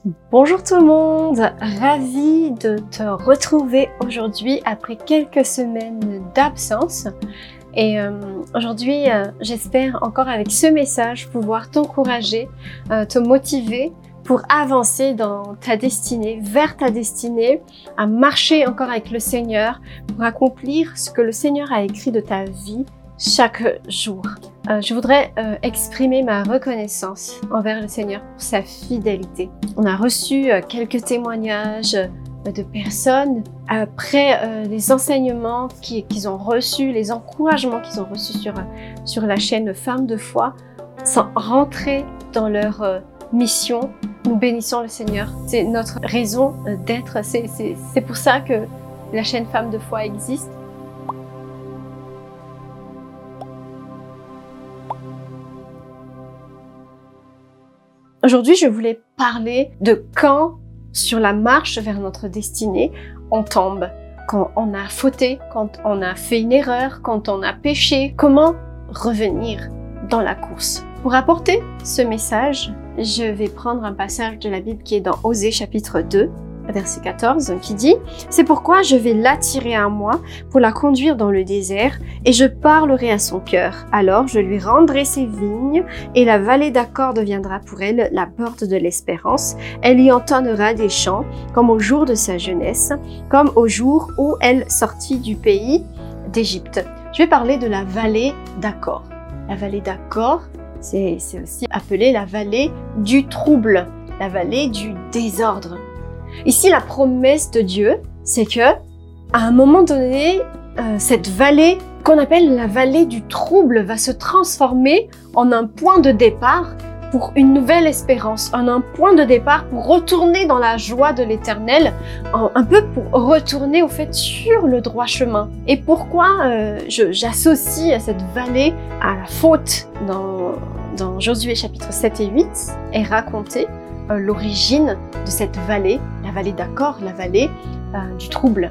Bonjour tout le monde, ravie de te retrouver aujourd'hui après quelques semaines d'absence. Et aujourd'hui, j'espère encore avec ce message pouvoir t'encourager, te motiver pour avancer dans ta destinée, vers ta destinée, à marcher encore avec le Seigneur, pour accomplir ce que le Seigneur a écrit de ta vie chaque jour. Je voudrais exprimer ma reconnaissance envers le Seigneur pour sa fidélité. On a reçu quelques témoignages de personnes après les enseignements qu'ils ont reçus, les encouragements qu'ils ont reçus sur la chaîne Femmes de foi, sans rentrer dans leur mission. Nous bénissons le Seigneur. C'est notre raison d'être. C'est pour ça que la chaîne Femmes de foi existe. Aujourd'hui, je voulais parler de quand, sur la marche vers notre destinée, on tombe, quand on a fauté, quand on a fait une erreur, quand on a péché, comment revenir dans la course. Pour apporter ce message, je vais prendre un passage de la Bible qui est dans Osée chapitre 2, verset 14, qui dit « C'est pourquoi je vais l'attirer à moi pour la conduire dans le désert, et je parlerai à son cœur. Alors je lui rendrai ses vignes, et la vallée d'Accord deviendra pour elle la porte de l'espérance. Elle y entonnera des chants, comme au jour de sa jeunesse, comme au jour où elle sortit du pays d'Égypte. » Je vais parler de la vallée d'Accord. La vallée d'Accord, c'est aussi appelé la vallée du trouble, la vallée du désordre. Ici, la promesse de Dieu, c'est que, à un moment donné, cette vallée qu'on appelle la vallée du trouble va se transformer en un point de départ pour une nouvelle espérance, en un point de départ pour retourner dans la joie de l'Éternel, un peu pour retourner au fait sur le droit chemin. Et pourquoi j'associe cette vallée à la faute dans Josué chapitre 7 et 8 est raconté l'origine de cette vallée, la vallée d'Accord, la vallée du trouble.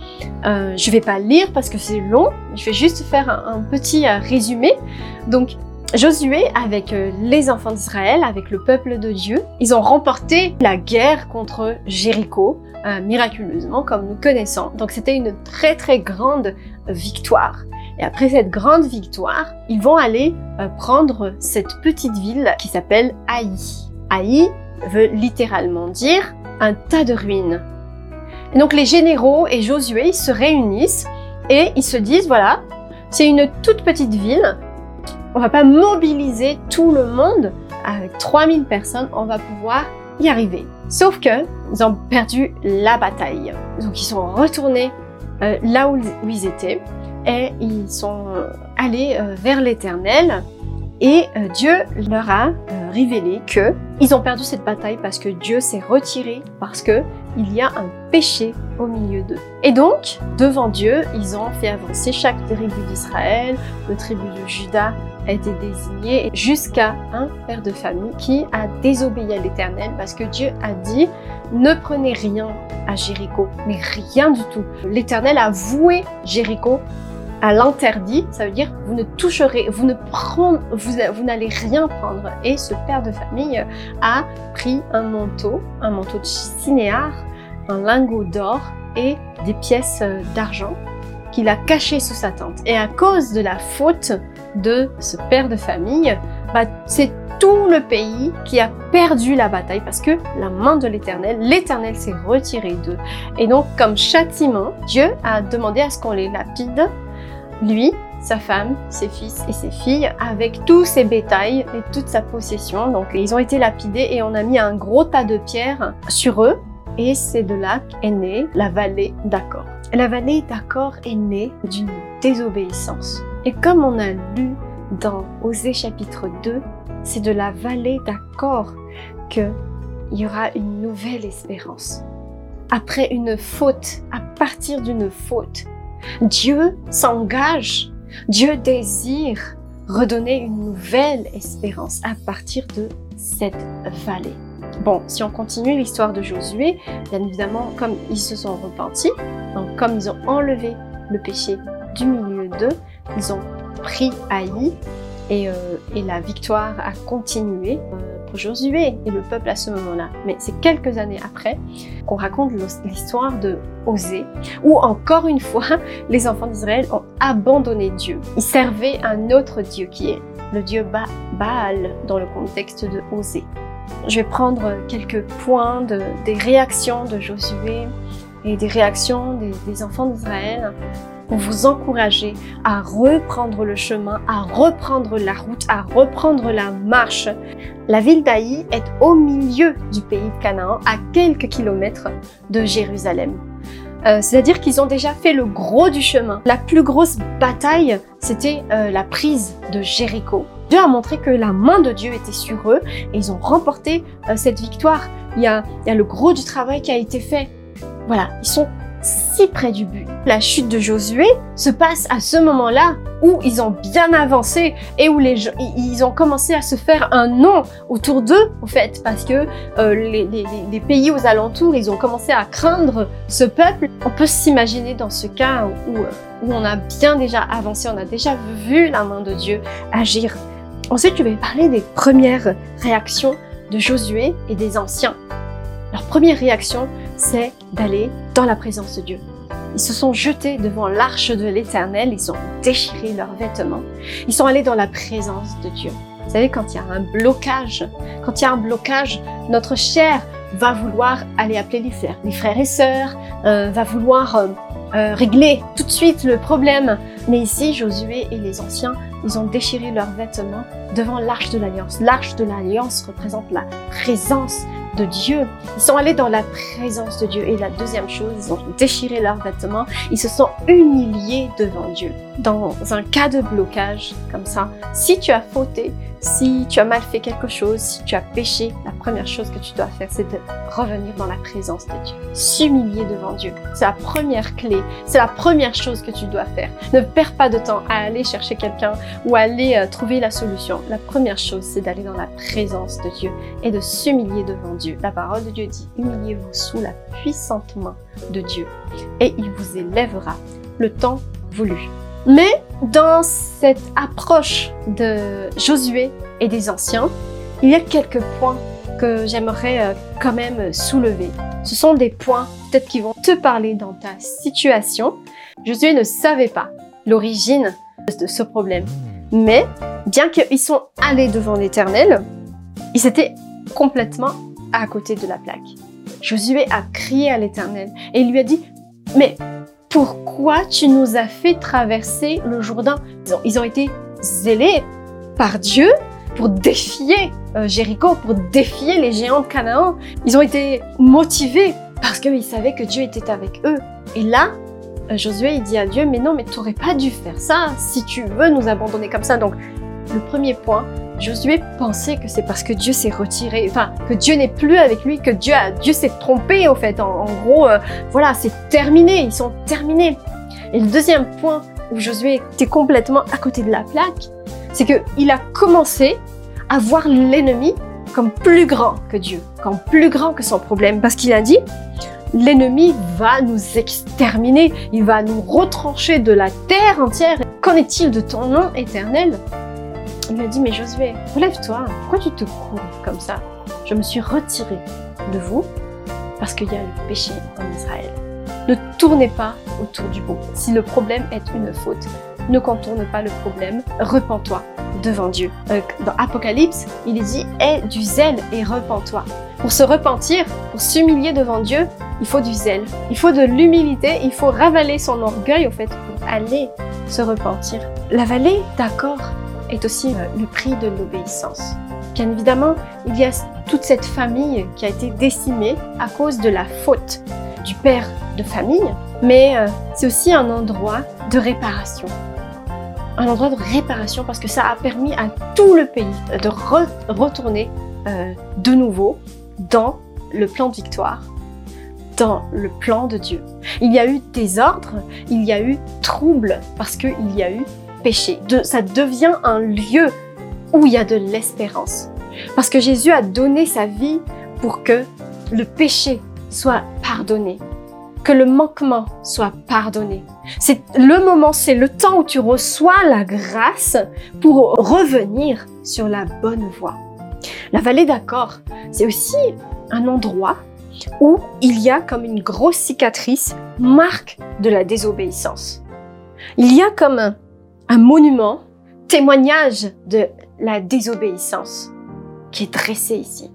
Je ne vais pas lire parce que c'est long, je vais juste faire un petit résumé. Donc, Josué, avec les enfants d'Israël, avec le peuple de Dieu, ils ont remporté la guerre contre Jéricho, miraculeusement, comme nous connaissons. Donc, c'était une très très grande victoire. Et après cette grande victoire, ils vont aller prendre cette petite ville qui s'appelle Haï. Haï veut littéralement dire un tas de ruines. Et donc les généraux et Josué, ils se réunissent et ils se disent, voilà, c'est une toute petite ville, on va pas mobiliser tout le monde, avec 3000 personnes, on va pouvoir y arriver. Sauf que ils ont perdu la bataille. Donc ils sont retournés là où ils étaient et ils sont allés vers l'Éternel. Et Dieu leur a révélé que ils ont perdu cette bataille parce que Dieu s'est retiré, parce que il y a un péché au milieu d'eux. Et donc, devant Dieu, ils ont fait avancer chaque tribu d'Israël, le tribu de Juda a été désigné, jusqu'à un père de famille qui a désobéi à l'Éternel parce que Dieu a dit « Ne prenez rien à Jéricho, mais rien du tout. » L'Éternel a voué Jéricho à l'interdit, ça veut dire vous ne toucherez, vous n'allez rien prendre. Et ce père de famille a pris un manteau de cinéar, un lingot d'or et des pièces d'argent qu'il a caché sous sa tente. Et à cause de la faute de ce père de famille, c'est tout le pays qui a perdu la bataille parce que la main de l'Éternel s'est retiré d'eux. Et donc, comme châtiment, Dieu a demandé à ce qu'on les lapide, lui, sa femme, ses fils et ses filles, avec tous ses bétails et toute sa possession. Donc ils ont été lapidés et on a mis un gros tas de pierres sur eux. Et c'est de là qu'est née la vallée d'Accord. La vallée d'Accord est née d'une désobéissance. Et comme on a lu dans Osée chapitre 2, c'est de la vallée d'Accord qu'il y aura une nouvelle espérance. Après une faute, à partir d'une faute, Dieu s'engage, Dieu désire redonner une nouvelle espérance à partir de cette vallée. Bon, si on continue l'histoire de Josué, bien évidemment, comme ils se sont repentis, donc comme ils ont enlevé le péché du milieu d'eux, ils ont pris Haï et la victoire a continué entre Josué et le peuple à ce moment-là, mais c'est quelques années après qu'on raconte l'histoire de Osée, où encore une fois, les enfants d'Israël ont abandonné Dieu. Ils servaient un autre Dieu qui est le Dieu Baal dans le contexte de Osée. Je vais prendre quelques points des réactions de Josué et des réactions des enfants d'Israël pour vous encourager à reprendre le chemin, à reprendre la route, à reprendre la marche. La ville d'Aï est au milieu du pays de Canaan, à quelques kilomètres de Jérusalem. C'est-à-dire qu'ils ont déjà fait le gros du chemin. La plus grosse bataille, c'était la prise de Jéricho. Dieu a montré que la main de Dieu était sur eux et ils ont remporté cette victoire. Il y a le gros du travail qui a été fait. Voilà, ils sont si près du but. La chute de Josué se passe à ce moment-là où ils ont bien avancé et où ils ont commencé à se faire un nom autour d'eux, en fait, parce que les pays aux alentours, ils ont commencé à craindre ce peuple. On peut s'imaginer dans ce cas où on a bien déjà avancé, on a déjà vu la main de Dieu agir. Ensuite, je vais parler des premières réactions de Josué et des anciens. Leur première réaction, c'est d'aller dans la présence de Dieu. Ils se sont jetés devant l'arche de l'Éternel, ils ont déchiré leurs vêtements. Ils sont allés dans la présence de Dieu. Vous savez, quand il y a un blocage, notre chair va vouloir aller appeler les frères et sœurs, va vouloir régler tout de suite le problème. Mais ici, Josué et les anciens, ils ont déchiré leurs vêtements devant l'arche de l'Alliance. L'arche de l'Alliance représente la présence de Dieu. Ils sont allés dans la présence de Dieu. Et la deuxième chose, ils ont déchiré leurs vêtements. Ils se sont humiliés devant Dieu. Dans un cas de blocage comme ça, si tu as fauté, si tu as mal fait quelque chose, si tu as péché, la première chose que tu dois faire, c'est de revenir dans la présence de Dieu. S'humilier devant Dieu. C'est la première clé. C'est la première chose que tu dois faire. Ne perds pas de temps à aller chercher quelqu'un ou à aller trouver la solution. La première chose, c'est d'aller dans la présence de Dieu et de s'humilier devant Dieu. La parole de Dieu dit, humiliez-vous sous la puissante main de Dieu et il vous élèvera le temps voulu. Mais dans cette approche de Josué et des anciens, il y a quelques points que j'aimerais quand même soulever. Ce sont des points peut-être qui vont te parler dans ta situation. Josué ne savait pas l'origine de ce problème. Mais bien qu'ils sont allés devant l'Éternel, ils étaient complètement à côté de la plaque. Josué a crié à l'Éternel et il lui a dit « Mais pourquoi tu nous as fait traverser le Jourdain ?» Ils ont été zélés par Dieu pour défier Jéricho, pour défier les géants de Canaan. Ils ont été motivés parce qu'ils savaient que Dieu était avec eux. Et là, Josué il dit à Dieu « Mais non, mais tu n'aurais pas dû faire ça si tu veux nous abandonner comme ça. » Donc, le premier point, Josué pensait que c'est parce que Dieu s'est retiré, enfin, que Dieu n'est plus avec lui, que Dieu s'est trompé, en fait. En gros, voilà, c'est terminé, ils sont terminés. Et le deuxième point où Josué était complètement à côté de la plaque, c'est qu'il a commencé à voir l'ennemi comme plus grand que Dieu, comme plus grand que son problème, parce qu'il a dit « L'ennemi va nous exterminer, il va nous retrancher de la terre entière. Qu'en est-il de ton nom éternel ?» Il lui a dit « Mais Josué, relève-toi, pourquoi tu te cours comme ça? Je me suis retiré de vous parce qu'il y a le péché en Israël. Ne tournez pas autour du pot. Si le problème est une faute, ne contourne pas le problème, repens-toi devant Dieu. » Dans Apocalypse, il est dit « Aie du zèle et repens-toi. » Pour se repentir, pour s'humilier devant Dieu, il faut du zèle, il faut de l'humilité, il faut ravaler son orgueil au fait pour aller se repentir. L'avaler, d'accord, est aussi le prix de l'obéissance. Bien évidemment, il y a toute cette famille qui a été décimée à cause de la faute du père de famille, mais c'est aussi un endroit de réparation. Un endroit de réparation parce que ça a permis à tout le pays de retourner de nouveau dans le plan de victoire, dans le plan de Dieu. Il y a eu désordre, il y a eu trouble parce qu'il y a eu péché. Ça devient un lieu où il y a de l'espérance. Parce que Jésus a donné sa vie pour que le péché soit pardonné, que le manquement soit pardonné. C'est le moment, c'est le temps où tu reçois la grâce pour revenir sur la bonne voie. La vallée d'Achor, c'est aussi un endroit où il y a comme une grosse cicatrice, marque de la désobéissance. Il y a comme un monument, témoignage de la désobéissance qui est dressé ici.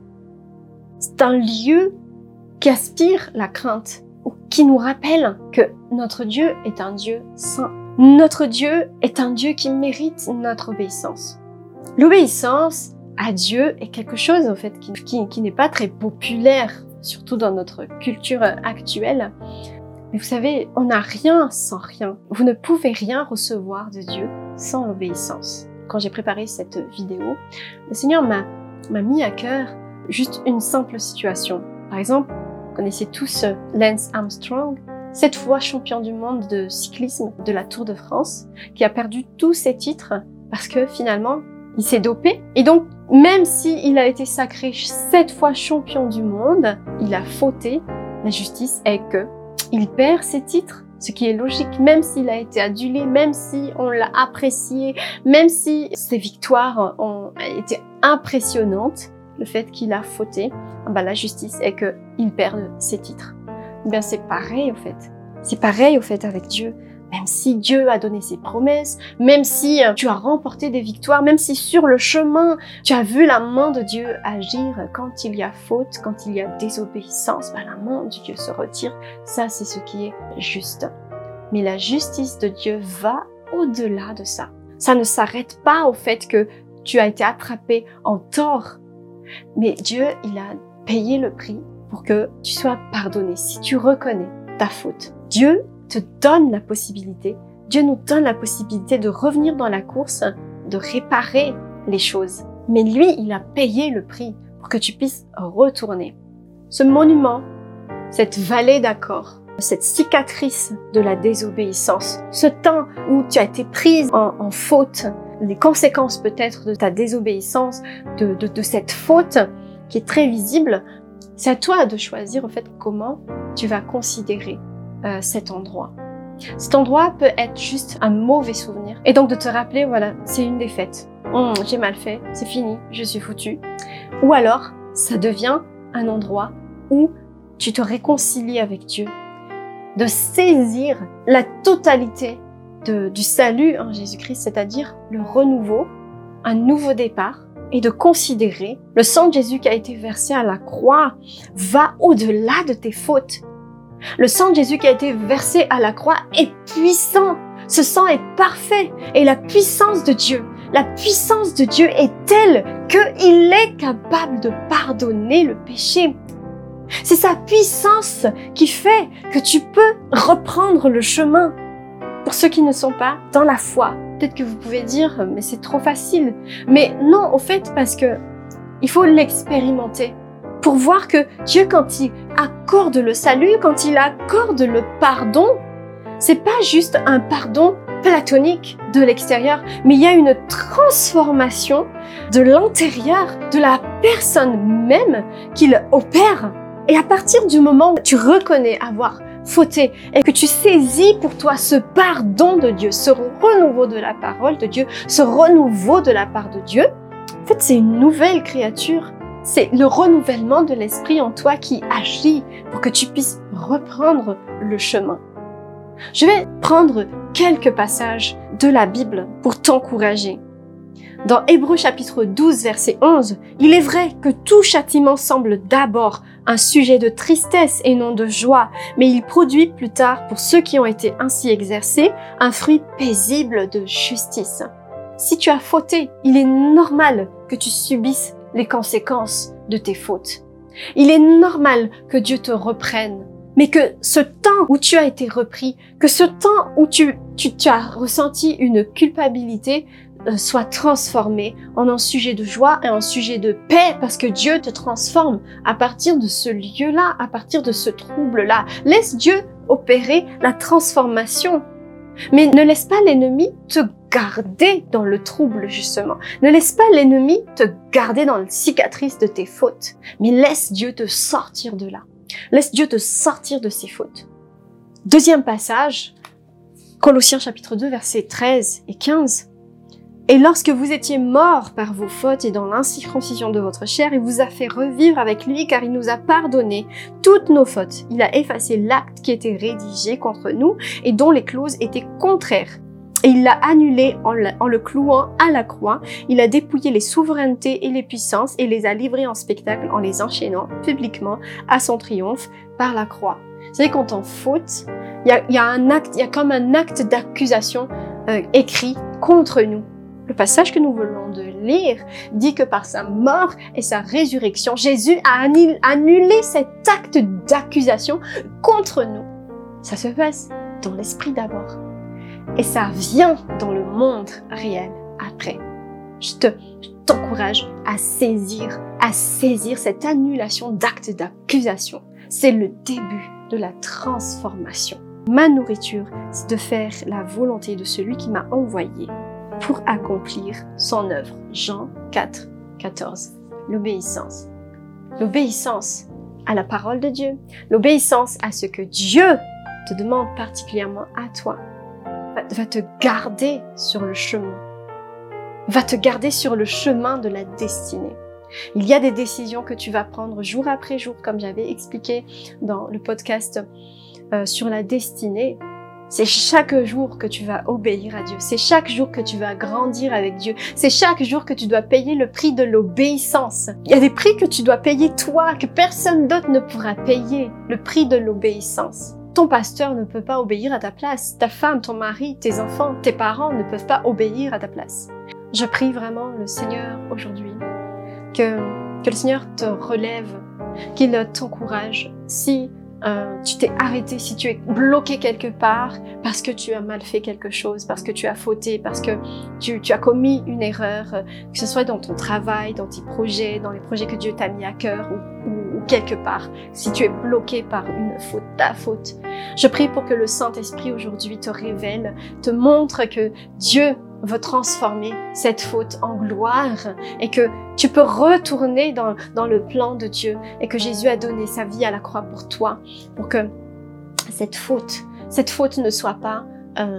C'est un lieu qui aspire la crainte, ou qui nous rappelle que notre Dieu est un Dieu saint. Notre Dieu est un Dieu qui mérite notre obéissance. L'obéissance à Dieu est quelque chose en fait qui n'est pas très populaire, surtout dans notre culture actuelle. Mais vous savez, on n'a rien sans rien. Vous ne pouvez rien recevoir de Dieu sans l'obéissance. Quand j'ai préparé cette vidéo, le Seigneur m'a mis à cœur juste une simple situation. Par exemple, vous connaissez tous Lance Armstrong, 7 fois champion du monde de cyclisme de la Tour de France, qui a perdu tous ses titres parce que finalement, il s'est dopé. Et donc, même s'il a été sacré 7 fois champion du monde, il a fauté. La justice est que il perd ses titres, ce qui est logique, même s'il a été adulé, même si on l'a apprécié, même si ses victoires ont été impressionnantes, le fait qu'il a fauté, la justice est qu'il perd ses titres. Bien, c'est pareil au fait. C'est pareil au fait avec Dieu. Même si Dieu a donné ses promesses, même si tu as remporté des victoires, même si sur le chemin, tu as vu la main de Dieu agir quand il y a faute, quand il y a désobéissance, la main de Dieu se retire. Ça, c'est ce qui est juste. Mais la justice de Dieu va au-delà de ça. Ça ne s'arrête pas au fait que tu as été attrapé en tort. Mais Dieu, il a payé le prix pour que tu sois pardonné. Si tu reconnais ta faute, Dieu te donne la possibilité, Dieu nous donne la possibilité de revenir dans la course, de réparer les choses. Mais lui, il a payé le prix pour que tu puisses retourner. Ce monument, cette vallée d'Achor, cette cicatrice de la désobéissance, ce temps où tu as été prise en faute, les conséquences peut-être de ta désobéissance, de cette faute qui est très visible, c'est à toi de choisir en fait comment tu vas considérer cet endroit. Cet endroit peut être juste un mauvais souvenir. Et donc de te rappeler, voilà, c'est une défaite. J'ai mal fait, c'est fini, je suis foutu. Ou alors, ça devient un endroit où tu te réconcilies avec Dieu. De saisir la totalité du salut en Jésus-Christ, c'est-à-dire le renouveau, un nouveau départ, et de considérer le sang de Jésus qui a été versé à la croix va au-delà de tes fautes. Le sang de Jésus qui a été versé à la croix est puissant. Ce sang est parfait. Et la puissance de Dieu est telle qu'il est capable de pardonner le péché. C'est sa puissance qui fait que tu peux reprendre le chemin. Pour ceux qui ne sont pas dans la foi, peut-être que vous pouvez dire, mais c'est trop facile. Mais non, au fait, parce que il faut l'expérimenter. Pour voir que Dieu, quand il accorde le salut, quand il accorde le pardon, c'est pas juste un pardon platonique de l'extérieur, mais il y a une transformation de l'intérieur, de la personne même qu'il opère. Et à partir du moment où tu reconnais avoir fauté et que tu saisis pour toi ce pardon de Dieu, ce renouveau de la parole de Dieu, ce renouveau de la part de Dieu, en fait, c'est une nouvelle créature. C'est le renouvellement de l'esprit en toi qui agit pour que tu puisses reprendre le chemin. Je vais prendre quelques passages de la Bible pour t'encourager. Dans Hébreux chapitre 12, verset 11, « Il est vrai que tout châtiment semble d'abord un sujet de tristesse et non de joie, mais il produit plus tard, pour ceux qui ont été ainsi exercés, un fruit paisible de justice. » Si tu as fauté, il est normal que tu subisses les conséquences de tes fautes. Il est normal que Dieu te reprenne, mais que ce temps où tu as été repris, que ce temps où tu as ressenti une culpabilité soit transformé en un sujet de joie et un sujet de paix, parce que Dieu te transforme à partir de ce lieu-là, à partir de ce trouble-là. Laisse Dieu opérer la transformation. Mais ne laisse pas l'ennemi te garder dans le trouble, justement. Ne laisse pas l'ennemi te garder dans la cicatrice de tes fautes. Mais laisse Dieu te sortir de là. Laisse Dieu te sortir de ses fautes. Deuxième passage, Colossiens chapitre 2, versets 13 et 15. Et lorsque vous étiez morts par vos fautes et dans l'incirconcision de votre chair, il vous a fait revivre avec lui car il nous a pardonné toutes nos fautes. Il a effacé l'acte qui était rédigé contre nous et dont les clauses étaient contraires. Et il l'a annulé en le clouant à la croix. Il a dépouillé les souverainetés et les puissances et les a livrés en spectacle en les enchaînant publiquement à son triomphe par la croix. Vous savez, quand on faute, il y a comme un acte d'accusation écrit contre nous. Le passage que nous venons de lire dit que par sa mort et sa résurrection, Jésus a annulé cet acte d'accusation contre nous. Ça se passe dans l'esprit d'abord. Et ça vient dans le monde réel après. Je t'encourage à saisir cette annulation d'acte d'accusation. C'est le début de la transformation. Ma nourriture, c'est de faire la volonté de celui qui m'a envoyé pour accomplir son œuvre. Jean 4, 14. L'obéissance. L'obéissance à la parole de Dieu. L'obéissance à ce que Dieu te demande particulièrement à toi. Va te garder sur le chemin. Va te garder sur le chemin de la destinée. Il y a des décisions que tu vas prendre jour après jour, comme j'avais expliqué dans le podcast sur la destinée. C'est chaque jour que tu vas obéir à Dieu. C'est chaque jour que tu vas grandir avec Dieu. C'est chaque jour que tu dois payer le prix de l'obéissance. Il y a des prix que tu dois payer toi, que personne d'autre ne pourra payer. Le prix de l'obéissance. Ton pasteur ne peut pas obéir à ta place. Ta femme, ton mari, tes enfants, tes parents ne peuvent pas obéir à ta place. Je prie vraiment le Seigneur aujourd'hui que le Seigneur te relève, qu'il t'encourage. Si tu t'es arrêté, si tu es bloqué quelque part parce que tu as mal fait quelque chose, parce que tu as fauté, parce que tu as commis une erreur, que ce soit dans ton travail, dans tes projets, dans les projets que Dieu t'a mis à cœur ou quelque part, si tu es bloqué par une faute, ta faute, je prie pour que le Saint-Esprit aujourd'hui te révèle, te montre que Dieu veut transformer cette faute en gloire et que tu peux retourner dans le plan de Dieu et que Jésus a donné sa vie à la croix pour toi, pour que cette faute ne soit pas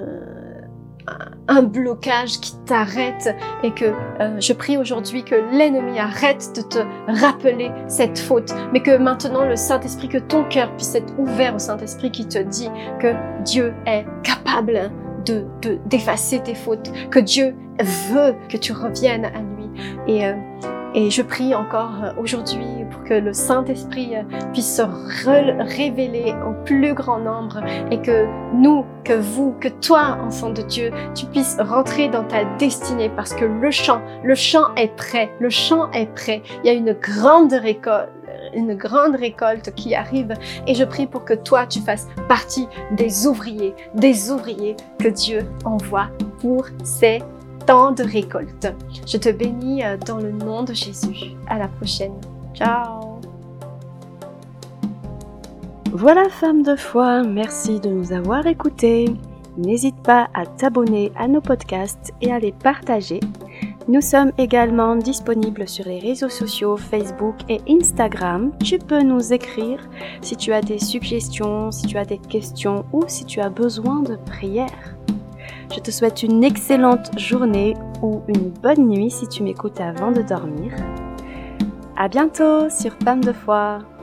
un blocage qui t'arrête et que je prie aujourd'hui que l'ennemi arrête de te rappeler cette faute, mais que maintenant le Saint-Esprit, que ton cœur puisse être ouvert au Saint-Esprit qui te dit que Dieu est capable d'effacer tes fautes, que Dieu veut que tu reviennes à lui. Et je prie encore aujourd'hui pour que le Saint-Esprit puisse se révéler au plus grand nombre et que nous, que vous, que toi, enfant de Dieu, tu puisses rentrer dans ta destinée parce que le champ est prêt, le champ est prêt. Il y a une grande récolte qui arrive et je prie pour que toi, tu fasses partie des ouvriers que Dieu envoie pour ces temps de récolte. Je te bénis dans le nom de Jésus. À la prochaine. Ciao. Voilà, femme de foi, merci de nous avoir écoutés. N'hésite pas à t'abonner à nos podcasts et à les partager. Nous sommes également disponibles sur les réseaux sociaux Facebook et Instagram. Tu peux nous écrire si tu as des suggestions, si tu as des questions ou si tu as besoin de prière. Je te souhaite une excellente journée ou une bonne nuit si tu m'écoutes avant de dormir. À bientôt sur Femme de foi.